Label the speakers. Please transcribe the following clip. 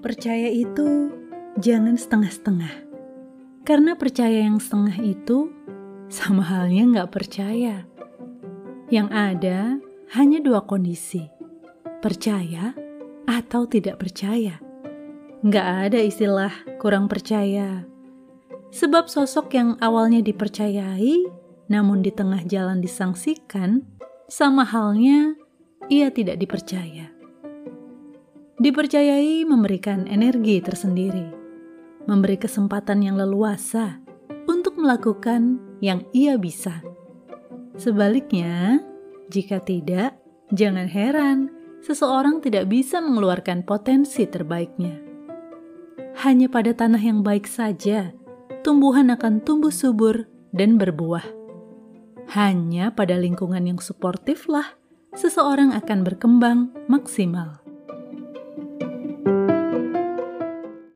Speaker 1: percaya itu jangan setengah-setengah. Karena percaya yang setengah itu sama halnya nggak percaya. Yang ada hanya dua kondisi, percaya atau tidak percaya. Nggak ada istilah kurang percaya. Sebab sosok yang awalnya dipercayai, namun di tengah jalan disangsikan, sama halnya ia tidak dipercaya. Dipercayai memberikan energi tersendiri, memberi kesempatan yang leluasa untuk melakukan yang ia bisa. Sebaliknya, jika tidak, jangan heran seseorang tidak bisa mengeluarkan potensi terbaiknya. Hanya pada tanah yang baik saja, tumbuhan akan tumbuh subur dan berbuah. Hanya pada lingkungan yang suportiflah, seseorang akan berkembang maksimal.